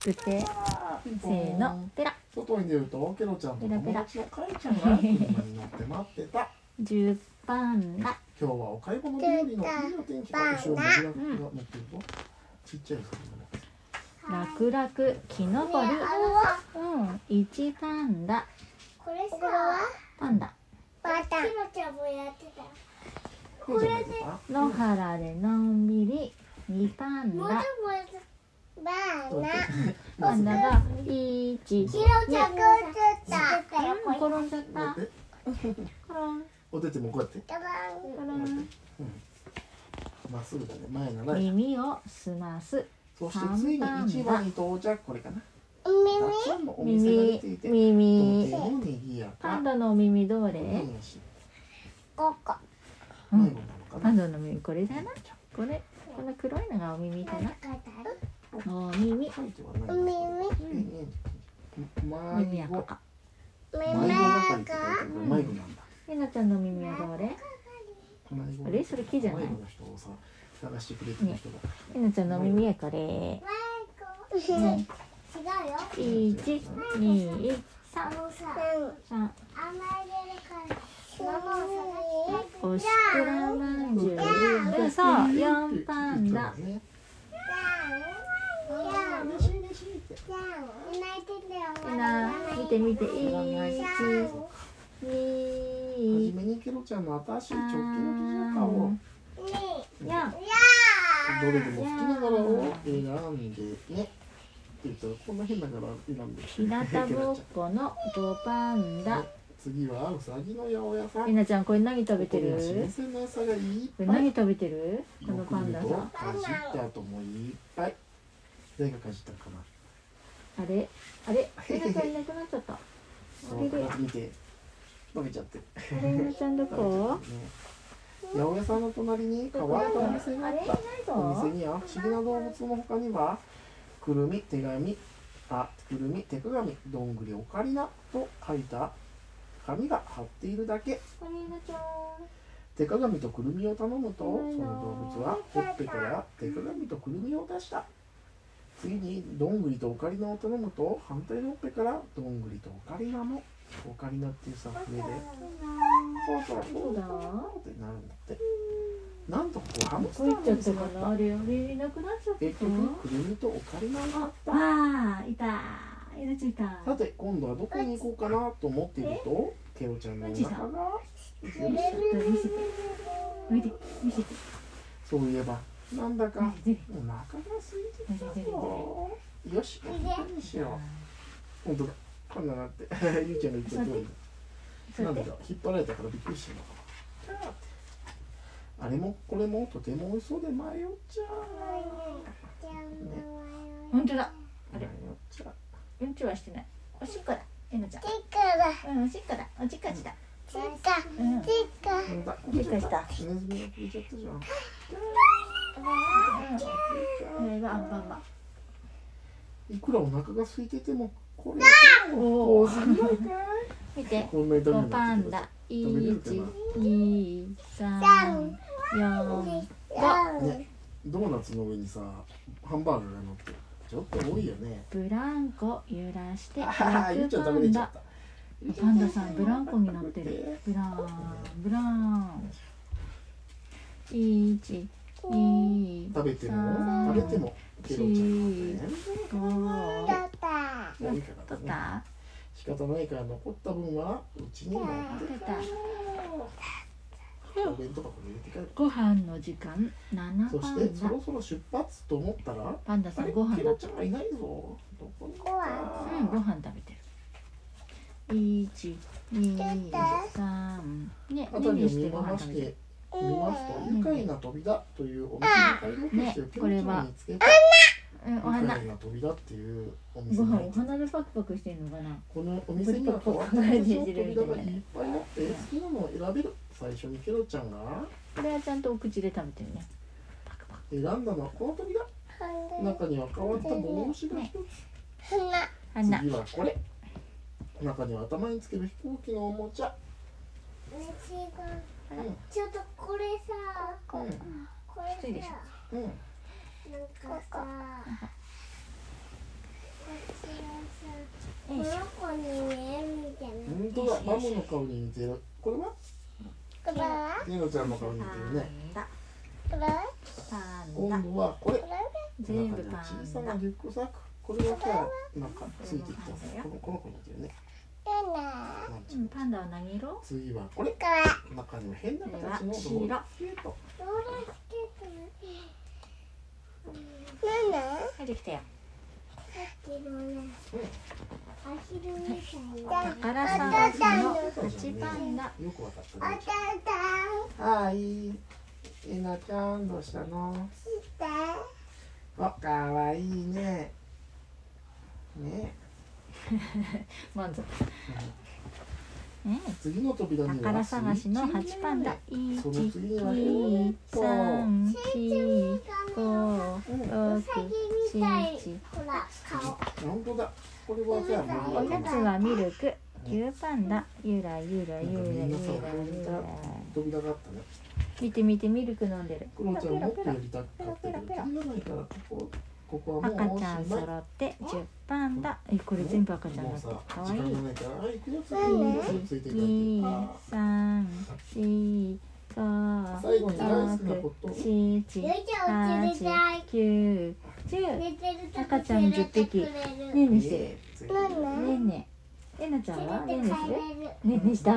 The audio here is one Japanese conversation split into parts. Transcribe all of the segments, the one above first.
て、せーの、ペラ。 外に出るとケロちゃんと友達のカイちゃんが車に乗って待ってた。 10パンダ。 今日はお買い物日和のいいお天気が後ろモグラが乗ってるぞ。ちっちゃいです楽々木登る。1パンダ。 これさ、 パンダ。 ケロちゃんもやってた。 これで野原でのんびり。2パンダ。パンダが1、 ケロちゃんが映った。 転んじゃった。 お手手もこうやってまっすぐだね。前なら耳を澄ます。 そしてついに市場に到着。これかな。たくさんのお店が出ていて、 耳。 とても賑やか。 パンダのお耳どれ？ ここ。 パンダの耳これだな。この黒いのがお耳かな。お耳。耳赤。 迷子なんだ。 えなちゃんの耳はどれ？あれそれ木じゃない？ 迷子の人をさ探してくれてる人だ。 えなちゃんの耳はこれ。 違うよ。 1、2、3。おしくらまんじゅう。そう、4パンダ。見て見て。1、2。 はじめにケロちゃんの新しい直径の生地を買おう。どれでも好きな柄を選んでね。って言ったらこんな変な柄選んで。 日向ぼっこの5パンダ。 次はうさぎの八百屋さん。 えなちゃんこれ何食べてる？ 新鮮な野菜がいっぱい。 これ何食べてる？このパンダさん。 かじった後もいっぱい。誰がかじったかな。 あれえなちゃんいなくなっちゃった。 見て伸びちゃってる。 あれえなちゃんどこ？ 八百屋さんの隣に変わったお店があった。お店には不思議な動物の他にはくるみ、手紙、どんぐり、オカリナと書いた紙が貼っているだけ。手鏡とくるみを頼むと、その動物はほっぺから手鏡とくるみを出した。次にどんぐりとオカリナを頼むと、反対のほっぺからどんぐりとオカリナも。オカリナっていうさ、目でそうってなるんだって。なんとここハムスターの店があった。 あれいなくなっちゃった。 結局くるみとオカリナがあった。 いた。えなちゃんいた。 さて今度はどこに行こうかなと思っていると、ケロちゃんのお腹が見せて。 そういえばなんだかお腹が空いてきたぞ。よし、お腹にしよう。本当だ。こんななってゆうちゃんが言った通りなんだか引っ張られたからびっくりしたのかな。あれもこれもとても美味しそうで迷っちゃう。 本当だ。 迷っちゃう。 うんちはしてない。おしっこだ。えなちゃん。おしっこだ。おしっこした。 おしっこした。ネズミが食いちゃったじゃん。 これがアンパンマン。 いくらお腹が空いててもこれは多すぎないかい。 見て。 こんなに食べるパンダ。1、2、3、4、5。 ね、ドーナツの上にさハンバーガーが乗ってる。ちょっと多いよね。 ブランコ揺らしてゆうちゃん食べれちゃった。 パンダさんブランコになってる。ブラン1、2、 食べてもケロちゃんが取った？ 仕方ないから残った分はうちに持ってた。お弁当箱に入れて帰る。 ご飯の時間7パンダ。 そしてそろそろ出発と思ったらパンダさんご飯ケロちゃんがいないぞ。どこに行った？ ご飯食べてる。1、2、3。ね、 辺りを見回してみますと、愉快な扉というお店に入ろうとしているケロちゃんを見つけた。愉快な扉っていうお店に入って、 お花でパクパクしてんのかな。 このお店には変わった形の扉がいっぱいあって好きなのを選べる。最初にケロちゃんがこれはちゃんとお口で食べてるね。 選んだのはこの扉。中には変わった帽子が一つ。次はこれ。中には頭につける飛行機のおもちゃ。 ちょっとこれさ、これさ、 きついでしょ。 なんかさ、 この子に見えるじゃない。 本当だ、マムの顔に似てる。これはこれはネロちゃんの顔に似てるね。 パンダこれはパン今ダ度はこれ。 全部パ小さンダなリュックサック。これはじゃあなんかついてきたさ。この子に似てるね。なんちゅうパンダは何色？ 次はこれ。 これ中には変なこれは形の黄色ローラースケート。 ローラースケートね。なんだ？ はい、できたよ。 さっきのね、アヒルみたいな。 宝探しの8パンダ。 よくわかっおたね。 たはい。えなちゃんどうしたの？ たあ、かわいいね。ね。 満足。 次の扉には宝探しの8パンダ。1、 その次には 2、3、4、5、6、 ウサギみたい。 7。 ほら、顔。 本当だ。これはじゃあおやつはミルク。牛パンダ。ゆらゆらゆらゆらゆら。 扉があったね。 見て見て、ミルク飲んでる。 クロちゃんもっとやりたかったけど、次がないからここはもう赤ちゃん揃って10パンダ。これ全部赤ちゃんだった。かわいい。 時間がないから、はい、行くよ。ついていただいて。 2、3、4、5、 最後に大好きなこと。 6、7、8、9、10。 寝てると赤ちゃん10匹。ねんねしてる。 ついていただいてねんね。えなちゃんはねんねする？ る。 ねんねした。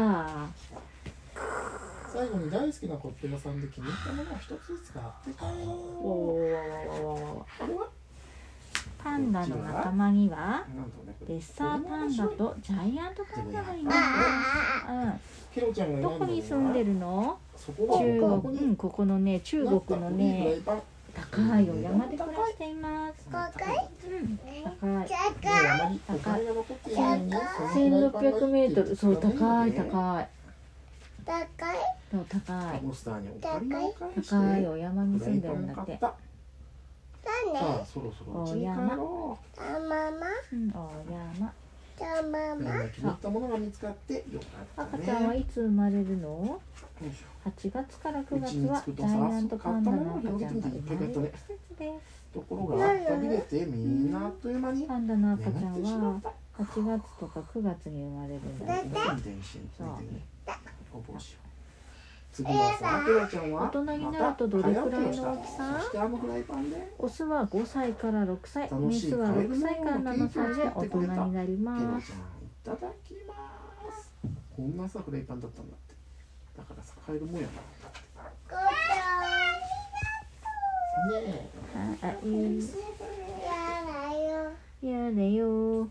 最後に大好きなコップ屋さんで気に入ったものを一つずつ買って帰ろう。 おこれはパンダの仲間にはなんとね、 レッサーパンダとジャイアントパンダがいます。 ケロちゃんがどこに住んでるの？ そこが中国、ここのね、中国のね、高いお山で暮らしています。 高い？ 高い。 高い。 1600メートル、そう高い高い。 高い？ そう高い。 モンスターにお金を返して高いお山に住んでるんだって。 さなんで？ あそろそろ家に帰ろママ。 お山。 じゃあマう。みんマ。 な気に入ったものが見つかってよかったね。 赤ちゃんはいつ生まれるの？ よいしょ 8月から9 うちに月はジ着くとさャイアントパンダの赤ちゃんが生買ったものを広げてみてまれる季節です。 ところがくたびれてみんなあっという間にパンダの赤ちゃん眠ってしまはった 8月とか9月に生まれるんだって。 電子についてねお帽子を次はさ、ケロちゃんは大人になるとどれくらいの大きさ？ そしてあのフライパンでオスは5歳から6歳、メスは6歳から7歳で大人になりケロます。 ちゃんいただきますこんなさフライパンだったんだってだからさ買えるもんやなこうねえあ、いい。 ちゃん。やだよ。 やだよ。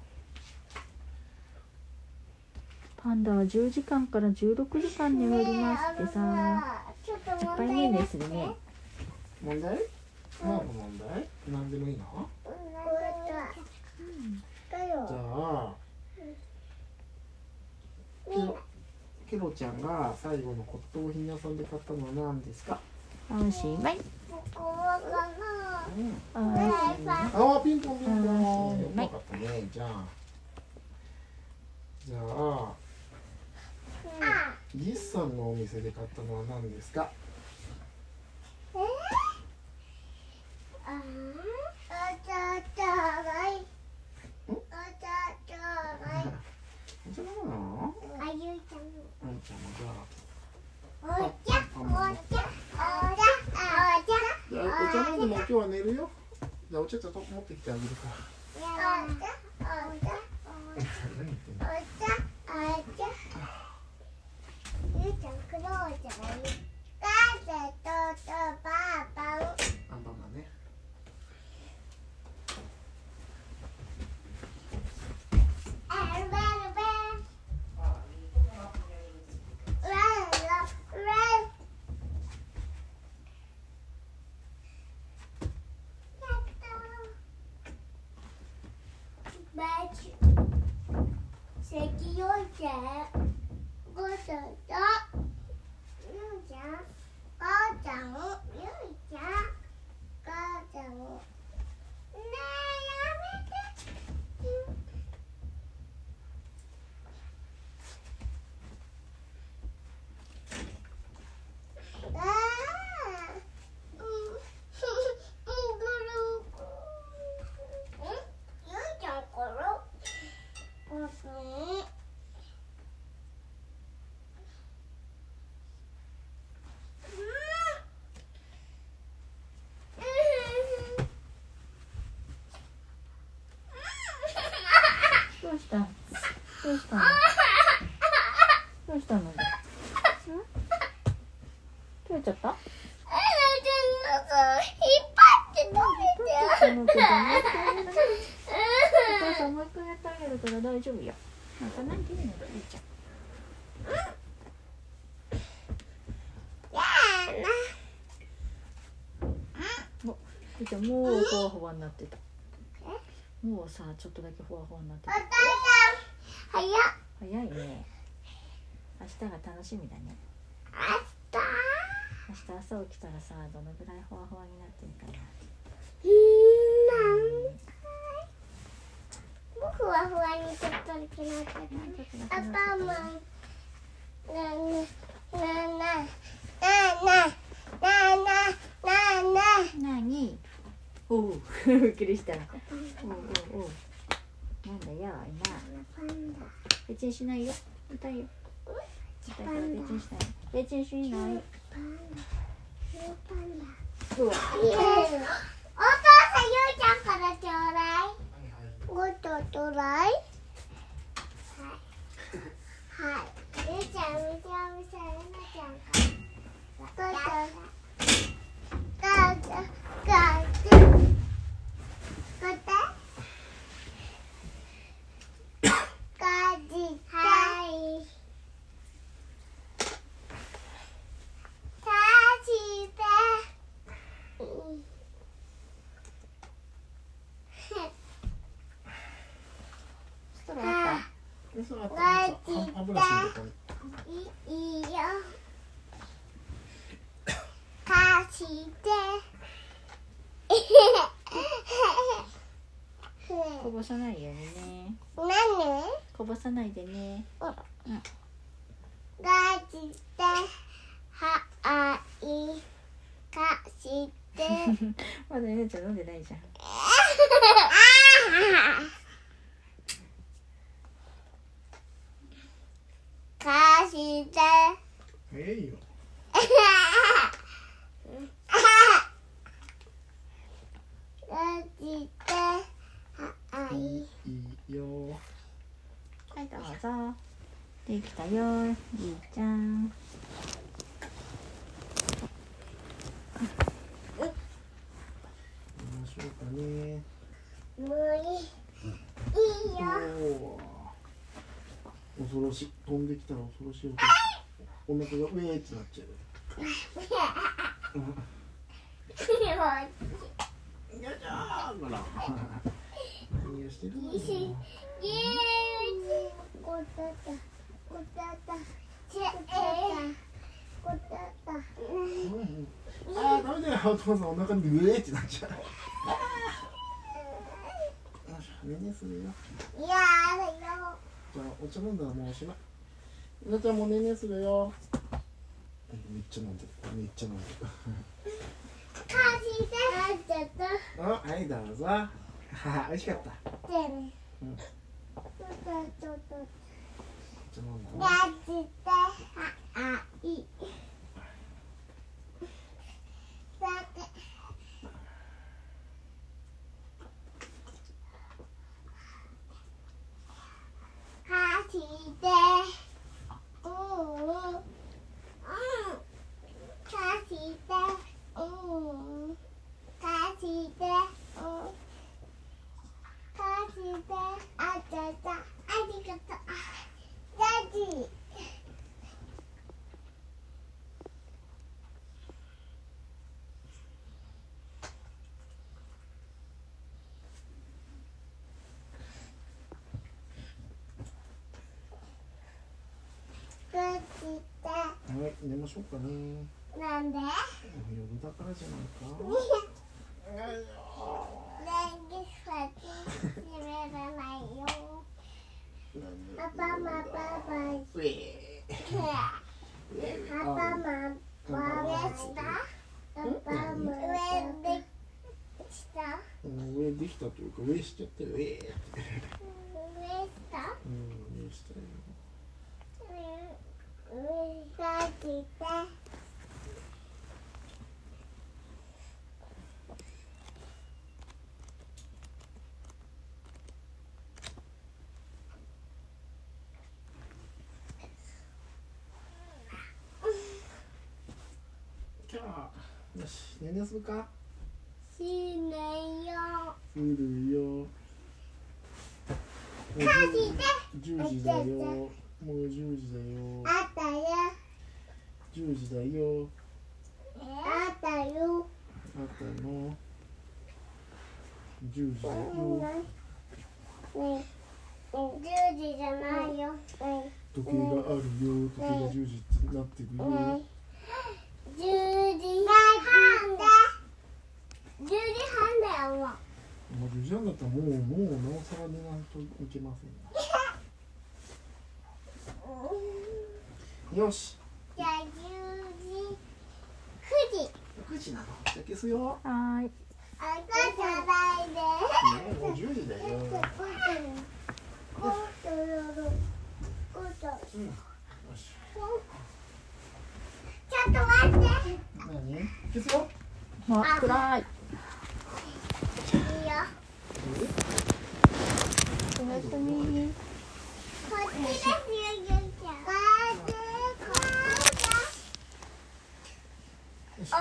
パンダは10時間から16時間眠りますってさ。 ちょっといっぱい問ねんね題ですす問題何の問題何でもいいのだよ。 じゃあケロちゃんが最後の骨董品屋さんで買ったのは何ですか？ おしまい。 ここはかな。 おしまい。 ああピンポンピンポンはいよかったねじゃあギスさんのお店で買ったのは何ですか？ ああ、お茶ちょうだい。お茶ちょうだい。 お茶飲むの？ あゆちゃん。 うんちゃんもじゃお茶、お茶、お茶、お茶。 あじゃあお茶飲んでも今日は寝るよじゃあお茶ちょっと持ってきてあげるからお茶、お茶、お茶。 何言ってんの？ お茶、お茶。ゆうちゃん、黒お茶だよ。だってとばあばん。 アンパンマンねエルベルベン。レンレン。やったー。バチ。席よいて。ごとと。ゆうちゃん。母ちゃん。ゆいちゃん。母ちゃん。ねえ、やめて。ああ、ゆうちゃんころ。ころ。 から大丈夫よ。泣かないでいいのよ、ゆいちゃん。お、ゆいちゃんもうほわほわになってた。もうさ、ちょっとだけほわほわになってた。 早っ。 早いね。明日が楽しみだね。明日朝起きたらさ、どのぐらいほわほわになってるかな。 もうふわふわにちょっとだけなってた。頭なに？おう、びっくりした。おうおうおう。なんだよ、今。別にしないよ。痛いよ。痛いから別にしない。別にしない。うわ。 お父さん、ゆうちゃんからちょうだい。ごとちょうだい。はい。ゆうちゃん、ゆうちゃん、ゆうちゃんから。 ストローあった？ で、その後歯ブラシのとこに。 いいよ。貸して。 こぼさないようにね。 何？ こぼさないでね。 ガチではい貸して。 まだゆうちゃん飲んでないじゃん。 貸して。 いいよ。 ガチではいいいよ。 はい、どうぞ。できたよ、ゆいちゃん。 行きましょうかね。 もういいよ。 恐ろしい。飛んできたら恐ろしい音。お腹がウェーってなっちゃう。よいしょー。ほら。何をしてるの？あー、ダメだよ。お父さんお腹にウェーってなっちゃう。ねねするよ。 やだよ。 じゃあお茶飲んだらもうおしまい。ゆなちゃんもねねするよ。めっちゃ飲んでる。めっちゃ飲んでる。 貸して。ちょっと。 あ、はいどうぞ。はは、美味しかった。 でね。 うん。 ちょっと。 じゃあ飲んだガね。 チではいさて貸して貸して貸して貸してありがとうダディはい、寝ましょうかね。 なんで？ 夜だからじゃないか。 電気先閉めらないよ。パパマパパ。 ウェー。 パパマパでした。パパマ上でした。 上できたというか上しちゃってる。ウェー。 上した。 上したよ。 上が来た。 キャー。よし、ねねするか。 しないよ。 するよ。 10時だよ。もう10時だよ。 あったよ。 10時だよ。 あったよ。 あったの。10時だよ。 ね10時じゃないよ。 時計があるよ。時計が10時ってなってくよ。 10時半だ。10時半だよ。もうもう10時半だったらもうなおさら寝ないといけません。よし。 じゃあ10時9時。 9時なの。じゃあ消すよ。 はーい。 あかじゃないで。 もう10時だよ。 よし。ちょっと待って。 何？消すよ。 あ、暗い。 いいよ。